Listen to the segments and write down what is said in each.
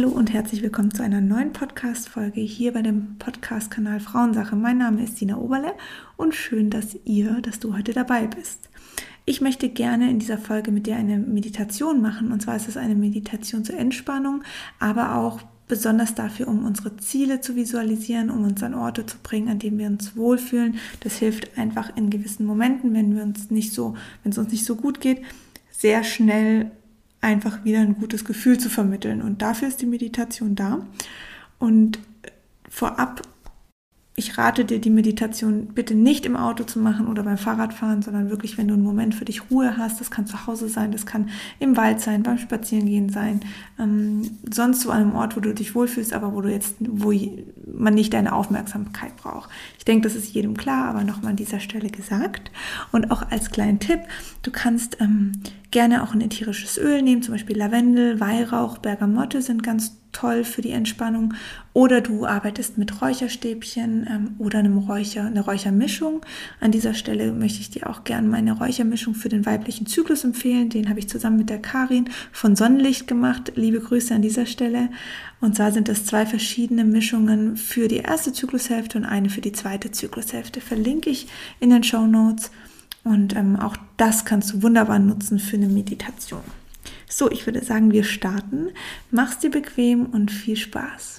Hallo und herzlich willkommen zu einer neuen Podcast-Folge hier bei dem Podcast-Kanal Frauensache. Mein Name ist Sina Oberle und schön, dass du heute dabei bist. Ich möchte gerne in dieser Folge mit dir eine Meditation machen, und zwar ist es eine Meditation zur Entspannung, aber auch besonders dafür, um unsere Ziele zu visualisieren, um uns an Orte zu bringen, an denen wir uns wohlfühlen. Das hilft einfach in gewissen Momenten, wenn es uns nicht so gut geht, sehr schnell einfach wieder ein gutes Gefühl zu vermitteln. Und dafür ist die Meditation da. Und vorab, ich rate dir, die Meditation bitte nicht im Auto zu machen oder beim Fahrradfahren, sondern wirklich, wenn du einen Moment für dich Ruhe hast. Das kann zu Hause sein, das kann im Wald sein, beim Spazierengehen sein, sonst so an einem Ort, wo du dich wohlfühlst, aber wo man nicht deine Aufmerksamkeit braucht. Ich denke, das ist jedem klar, aber nochmal an dieser Stelle gesagt. Und auch als kleinen Tipp, du kannst gerne auch ein ätherisches Öl nehmen, zum Beispiel Lavendel, Weihrauch, Bergamotte sind ganz toll für die Entspannung, oder du arbeitest mit Räucherstäbchen oder eine Räuchermischung. An dieser Stelle möchte ich dir auch gerne meine Räuchermischung für den weiblichen Zyklus empfehlen. Den habe ich zusammen mit der Karin von Sonnenlicht gemacht. Liebe Grüße an dieser Stelle. Und zwar sind es 2 verschiedene Mischungen für die erste Zyklushälfte und eine für die zweite Zyklushälfte. Verlinke ich in den Shownotes. Und auch das kannst du wunderbar nutzen für eine Meditation. So, ich würde sagen, wir starten. Mach's dir bequem und viel Spaß.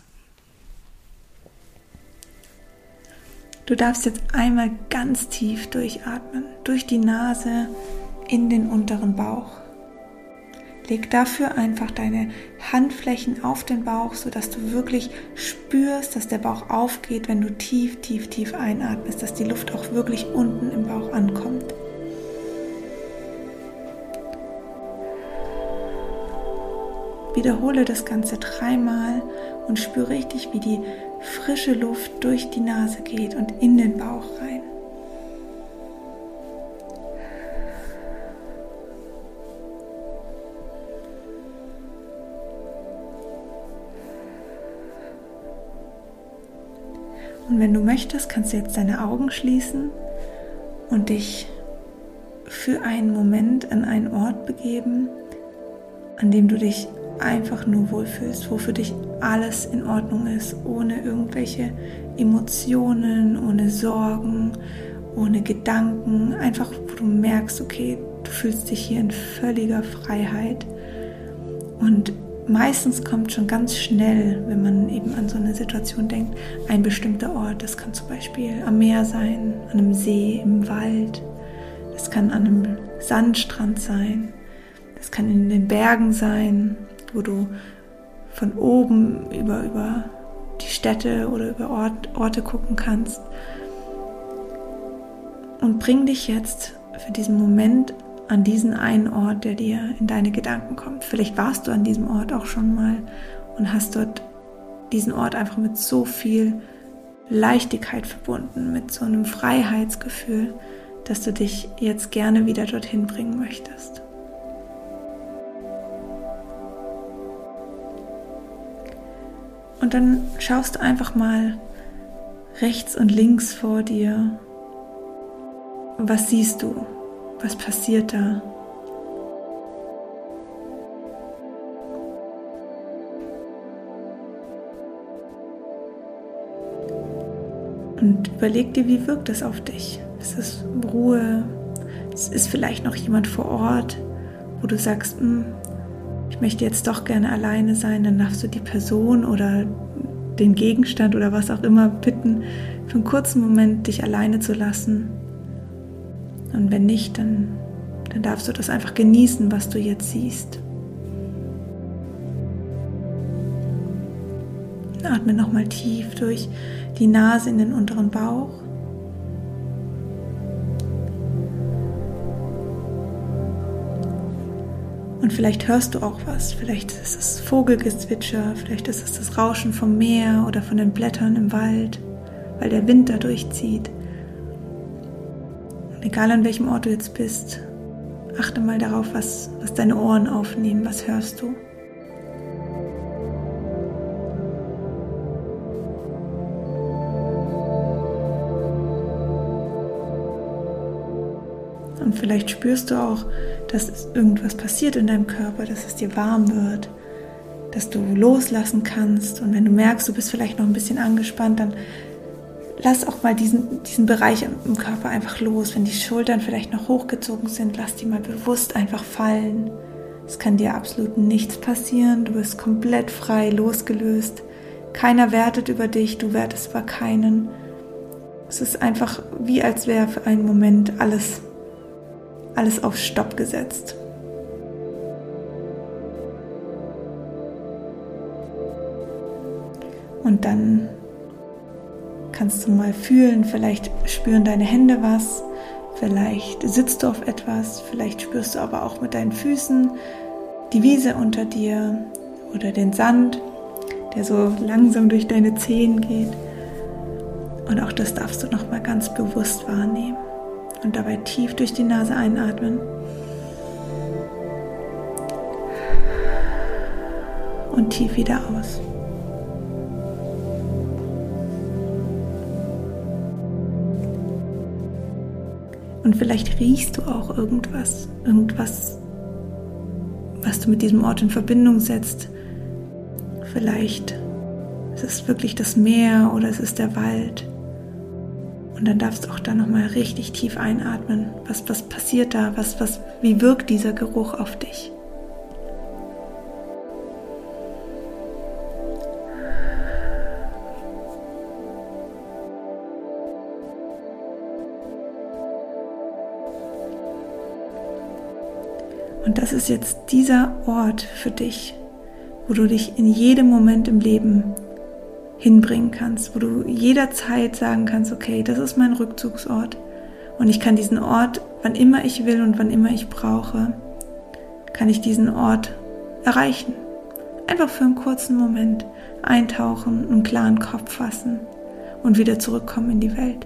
Du darfst jetzt einmal ganz tief durchatmen, durch die Nase in den unteren Bauch. Leg dafür einfach deine Handflächen auf den Bauch, sodass du wirklich spürst, dass der Bauch aufgeht, wenn du tief, tief, tief einatmest, dass die Luft auch wirklich unten im Bauch ankommt. Wiederhole das Ganze 3-mal und spüre richtig, wie die frische Luft durch die Nase geht und in den Bauch rein. Und wenn du möchtest, kannst du jetzt deine Augen schließen und dich für einen Moment an einen Ort begeben, an dem du dich einfach nur wohlfühlst, wo für dich alles in Ordnung ist, ohne irgendwelche Emotionen, ohne Sorgen, ohne Gedanken, einfach wo du merkst, okay, du fühlst dich hier in völliger Freiheit. Und meistens kommt schon ganz schnell, wenn man eben an so eine Situation denkt, ein bestimmter Ort. Das kann zum Beispiel am Meer sein, an einem See, im Wald, das kann an einem Sandstrand sein, das kann in den Bergen sein, wo du von oben über die Städte oder über Orte gucken kannst. Und bring dich jetzt für diesen Moment an diesen einen Ort, der dir in deine Gedanken kommt. Vielleicht warst du an diesem Ort auch schon mal und hast dort diesen Ort einfach mit so viel Leichtigkeit verbunden, mit so einem Freiheitsgefühl, dass du dich jetzt gerne wieder dorthin bringen möchtest. Und dann schaust du einfach mal rechts und links vor dir. Was siehst du? Was passiert da? Und überleg dir, wie wirkt das auf dich? Ist es Ruhe? Es ist vielleicht noch jemand vor Ort, wo du sagst, ich möchte jetzt doch gerne alleine sein, dann darfst du die Person oder den Gegenstand oder was auch immer bitten, für einen kurzen Moment dich alleine zu lassen. Und wenn nicht, dann darfst du das einfach genießen, was du jetzt siehst. Atme nochmal tief durch die Nase in den unteren Bauch. Und vielleicht hörst du auch was, vielleicht ist es Vogelgezwitscher, vielleicht ist es das Rauschen vom Meer oder von den Blättern im Wald, weil der Wind da durchzieht. Und egal an welchem Ort du jetzt bist, achte mal darauf, was deine Ohren aufnehmen, was hörst du. Und vielleicht spürst du auch, dass irgendwas passiert in deinem Körper, dass es dir warm wird, dass du loslassen kannst. Und wenn du merkst, du bist vielleicht noch ein bisschen angespannt, dann lass auch mal diesen Bereich im Körper einfach los. Wenn die Schultern vielleicht noch hochgezogen sind, lass die mal bewusst einfach fallen. Es kann dir absolut nichts passieren. Du bist komplett frei, losgelöst. Keiner wertet über dich, du wertest über keinen. Es ist einfach wie als wäre für einen Moment alles auf Stopp gesetzt. Und dann kannst du mal fühlen, vielleicht spüren deine Hände was, vielleicht sitzt du auf etwas, vielleicht spürst du aber auch mit deinen Füßen die Wiese unter dir oder den Sand, der so langsam durch deine Zehen geht. Und auch das darfst du nochmal ganz bewusst wahrnehmen und dabei tief durch die Nase einatmen. Und tief wieder aus. Und vielleicht riechst du auch irgendwas, was du mit diesem Ort in Verbindung setzt. Vielleicht ist es wirklich das Meer oder es ist der Wald. Und dann darfst du auch da nochmal richtig tief einatmen. Was passiert da? Wie wirkt dieser Geruch auf dich? Und das ist jetzt dieser Ort für dich, wo du dich in jedem Moment im Leben hinbringen kannst, wo du jederzeit sagen kannst, okay, das ist mein Rückzugsort und ich kann diesen Ort, wann immer ich will und wann immer ich brauche, kann ich diesen Ort erreichen. Einfach für einen kurzen Moment eintauchen, einen klaren Kopf fassen und wieder zurückkommen in die Welt.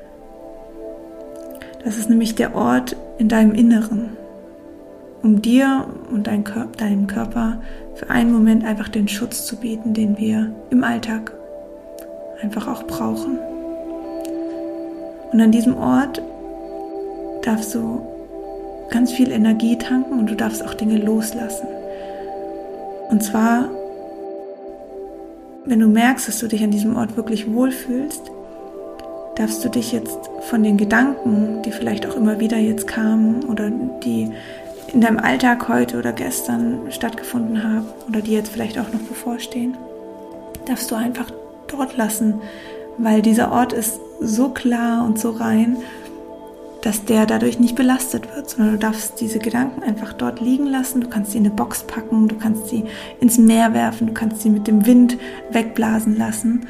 Das ist nämlich der Ort in deinem Inneren, um dir und deinem Körper für einen Moment einfach den Schutz zu bieten, den wir im Alltag einfach auch brauchen. Und an diesem Ort darfst du ganz viel Energie tanken und du darfst auch Dinge loslassen. Und zwar, wenn du merkst, dass du dich an diesem Ort wirklich wohlfühlst, darfst du dich jetzt von den Gedanken, die vielleicht auch immer wieder jetzt kamen oder die in deinem Alltag heute oder gestern stattgefunden haben oder die jetzt vielleicht auch noch bevorstehen, darfst du einfach dort lassen, weil dieser Ort ist so klar und so rein, dass der dadurch nicht belastet wird, sondern du darfst diese Gedanken einfach dort liegen lassen, du kannst sie in eine Box packen, du kannst sie ins Meer werfen, du kannst sie mit dem Wind wegblasen lassen.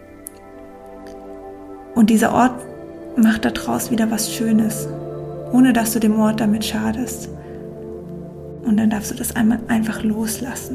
Und dieser Ort macht daraus wieder was Schönes, ohne dass du dem Ort damit schadest. Und dann darfst du das einmal einfach loslassen.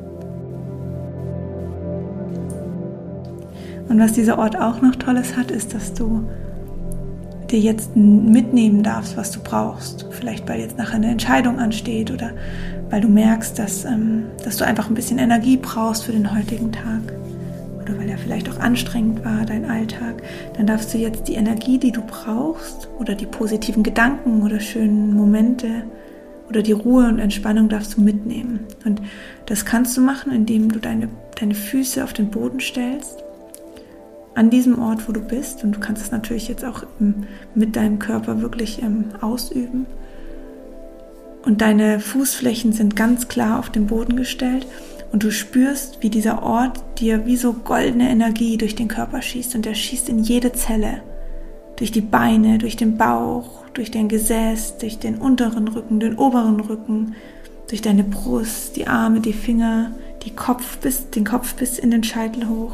Und was dieser Ort auch noch Tolles hat, ist, dass du dir jetzt mitnehmen darfst, was du brauchst. Vielleicht, weil jetzt nachher eine Entscheidung ansteht oder weil du merkst, dass du einfach ein bisschen Energie brauchst für den heutigen Tag. Oder weil er vielleicht auch anstrengend war, dein Alltag. Dann darfst du jetzt die Energie, die du brauchst oder die positiven Gedanken oder schönen Momente oder die Ruhe und Entspannung darfst du mitnehmen. Und das kannst du machen, indem du deine Füße auf den Boden stellst, an diesem Ort, wo du bist. Und du kannst es natürlich jetzt auch mit deinem Körper wirklich ausüben. Und deine Fußflächen sind ganz klar auf den Boden gestellt. Und du spürst, wie dieser Ort dir wie so goldene Energie durch den Körper schießt. Und der schießt in jede Zelle. Durch die Beine, durch den Bauch, durch dein Gesäß, durch den unteren Rücken, den oberen Rücken, durch deine Brust, die Arme, die Finger, den Kopf bis in den Scheitel hoch.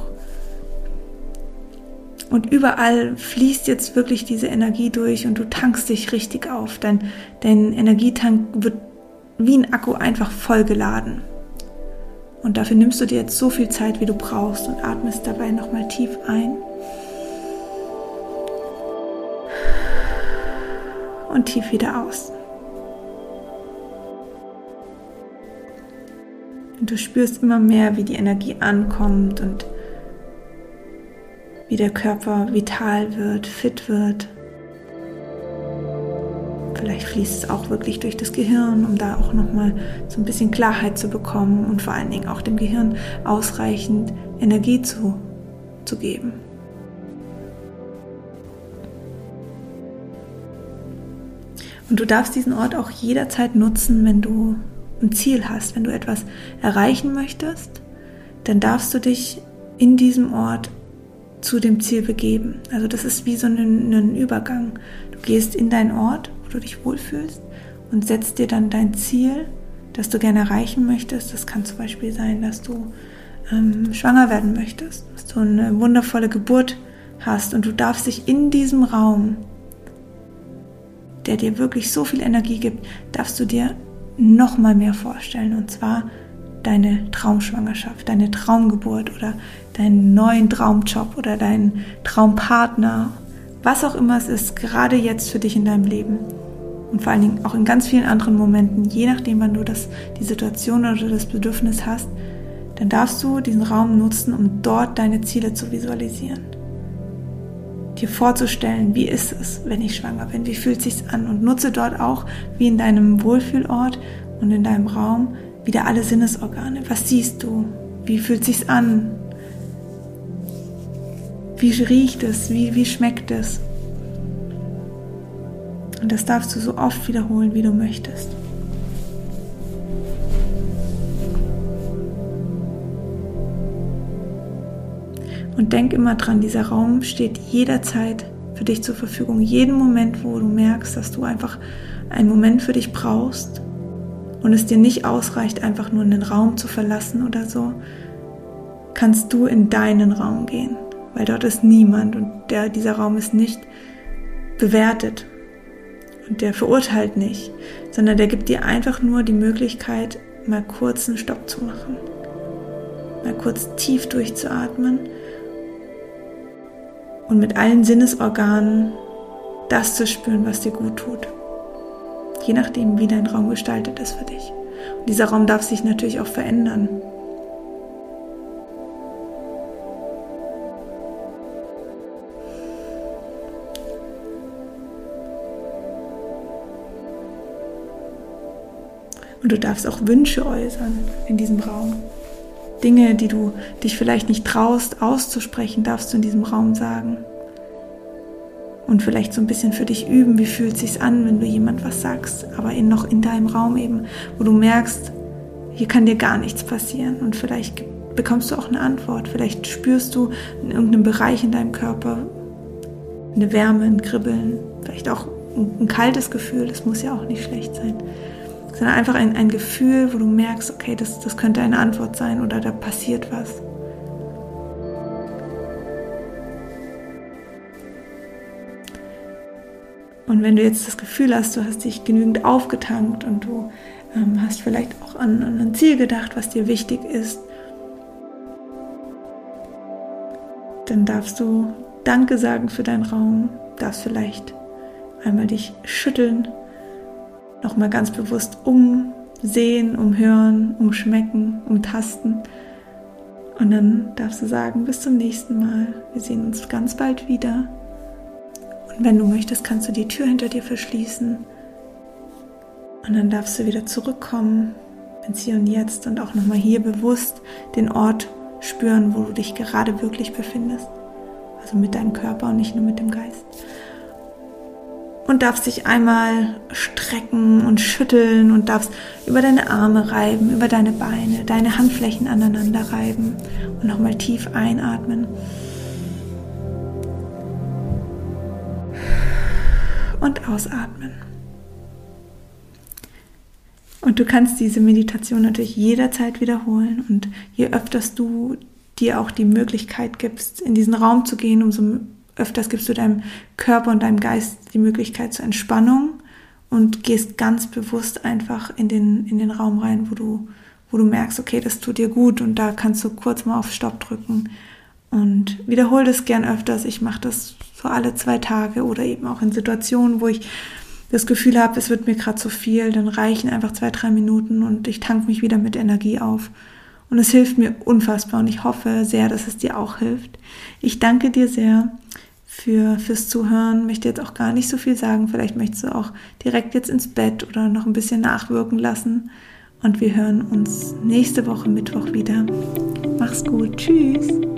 Und überall fließt jetzt wirklich diese Energie durch und du tankst dich richtig auf. Dein Energietank wird wie ein Akku einfach vollgeladen. Und dafür nimmst du dir jetzt so viel Zeit, wie du brauchst und atmest dabei nochmal tief ein. Und tief wieder aus. Und du spürst immer mehr, wie die Energie ankommt und wie der Körper vital wird, fit wird. vielleicht fließt es auch wirklich durch das Gehirn, um da auch nochmal so ein bisschen Klarheit zu bekommen und vor allen Dingen auch dem Gehirn ausreichend Energie zu geben. Und du darfst diesen Ort auch jederzeit nutzen, wenn du ein Ziel hast, wenn du etwas erreichen möchtest, dann darfst du dich in diesem Ort zu dem Ziel begeben. Also das ist wie so ein Übergang. Du gehst in deinen Ort, wo du dich wohlfühlst und setzt dir dann dein Ziel, das du gerne erreichen möchtest. Das kann zum Beispiel sein, dass du schwanger werden möchtest, dass du eine wundervolle Geburt hast und du darfst dich in diesem Raum, der dir wirklich so viel Energie gibt, darfst du dir noch mal mehr vorstellen, und zwar deine Traumschwangerschaft, deine Traumgeburt oder deinen neuen Traumjob oder deinen Traumpartner, was auch immer es ist, gerade jetzt für dich in deinem Leben und vor allen Dingen auch in ganz vielen anderen Momenten, je nachdem, wann du die Situation oder das Bedürfnis hast, dann darfst du diesen Raum nutzen, um dort deine Ziele zu visualisieren. Dir vorzustellen, wie ist es, wenn ich schwanger bin, wie fühlt es sich an, und nutze dort auch, wie in deinem Wohlfühlort und in deinem Raum, wieder alle Sinnesorgane. Was siehst du? Wie fühlt es sich an? Wie riecht es? Wie schmeckt es? Und das darfst du so oft wiederholen, wie du möchtest. Und denk immer dran, dieser Raum steht jederzeit für dich zur Verfügung. Jeden Moment, wo du merkst, dass du einfach einen Moment für dich brauchst und es dir nicht ausreicht, einfach nur einen Raum zu verlassen oder so, kannst du in deinen Raum gehen, weil dort ist niemand und dieser Raum ist nicht bewertet und der verurteilt nicht, sondern der gibt dir einfach nur die Möglichkeit, mal kurz einen Stopp zu machen, mal kurz tief durchzuatmen und mit allen Sinnesorganen das zu spüren, was dir gut tut. Je nachdem, wie dein Raum gestaltet ist für dich. Und dieser Raum darf sich natürlich auch verändern. Und du darfst auch Wünsche äußern in diesem Raum. Dinge, die du dich vielleicht nicht traust auszusprechen, darfst du in diesem Raum sagen. Und vielleicht so ein bisschen für dich üben, wie fühlt es sich an, wenn du jemand was sagst, aber noch in deinem Raum eben, wo du merkst, hier kann dir gar nichts passieren und vielleicht bekommst du auch eine Antwort, vielleicht spürst du in irgendeinem Bereich in deinem Körper eine Wärme, ein Kribbeln, vielleicht auch ein kaltes Gefühl, das muss ja auch nicht schlecht sein, sondern einfach ein Gefühl, wo du merkst, okay, das könnte eine Antwort sein oder da passiert was. Und wenn du jetzt das Gefühl hast, du hast dich genügend aufgetankt und du hast vielleicht auch an ein Ziel gedacht, was dir wichtig ist, dann darfst du Danke sagen für deinen Raum, darfst vielleicht einmal dich schütteln, nochmal ganz bewusst umsehen, umhören, umschmecken, umtasten. Und dann darfst du sagen, bis zum nächsten Mal. Wir sehen uns ganz bald wieder. Und wenn du möchtest, kannst du die Tür hinter dir verschließen. Und dann darfst du wieder zurückkommen ins Hier und Jetzt und auch nochmal hier bewusst den Ort spüren, wo du dich gerade wirklich befindest. Also mit deinem Körper und nicht nur mit dem Geist. Und darfst dich einmal strecken und schütteln und darfst über deine Arme reiben, über deine Beine, deine Handflächen aneinander reiben und nochmal tief einatmen. Und ausatmen. Und du kannst diese Meditation natürlich jederzeit wiederholen und je öfter du dir auch die Möglichkeit gibst, in diesen Raum zu gehen, umso öfters gibst du deinem Körper und deinem Geist die Möglichkeit zur Entspannung und gehst ganz bewusst einfach in den Raum rein, wo du merkst, okay, das tut dir gut und da kannst du kurz mal auf Stopp drücken und wiederhole das gern öfters. Ich mache das so alle 2 Tage oder eben auch in Situationen, wo ich das Gefühl habe, es wird mir gerade zu viel, dann reichen einfach 2-3 Minuten und ich tanke mich wieder mit Energie auf. Und es hilft mir unfassbar und ich hoffe sehr, dass es dir auch hilft. Ich danke dir sehr fürs Zuhören. Möchte jetzt auch gar nicht so viel sagen. Vielleicht möchtest du auch direkt jetzt ins Bett oder noch ein bisschen nachwirken lassen. Und wir hören uns nächste Woche Mittwoch wieder. Mach's gut. Tschüss.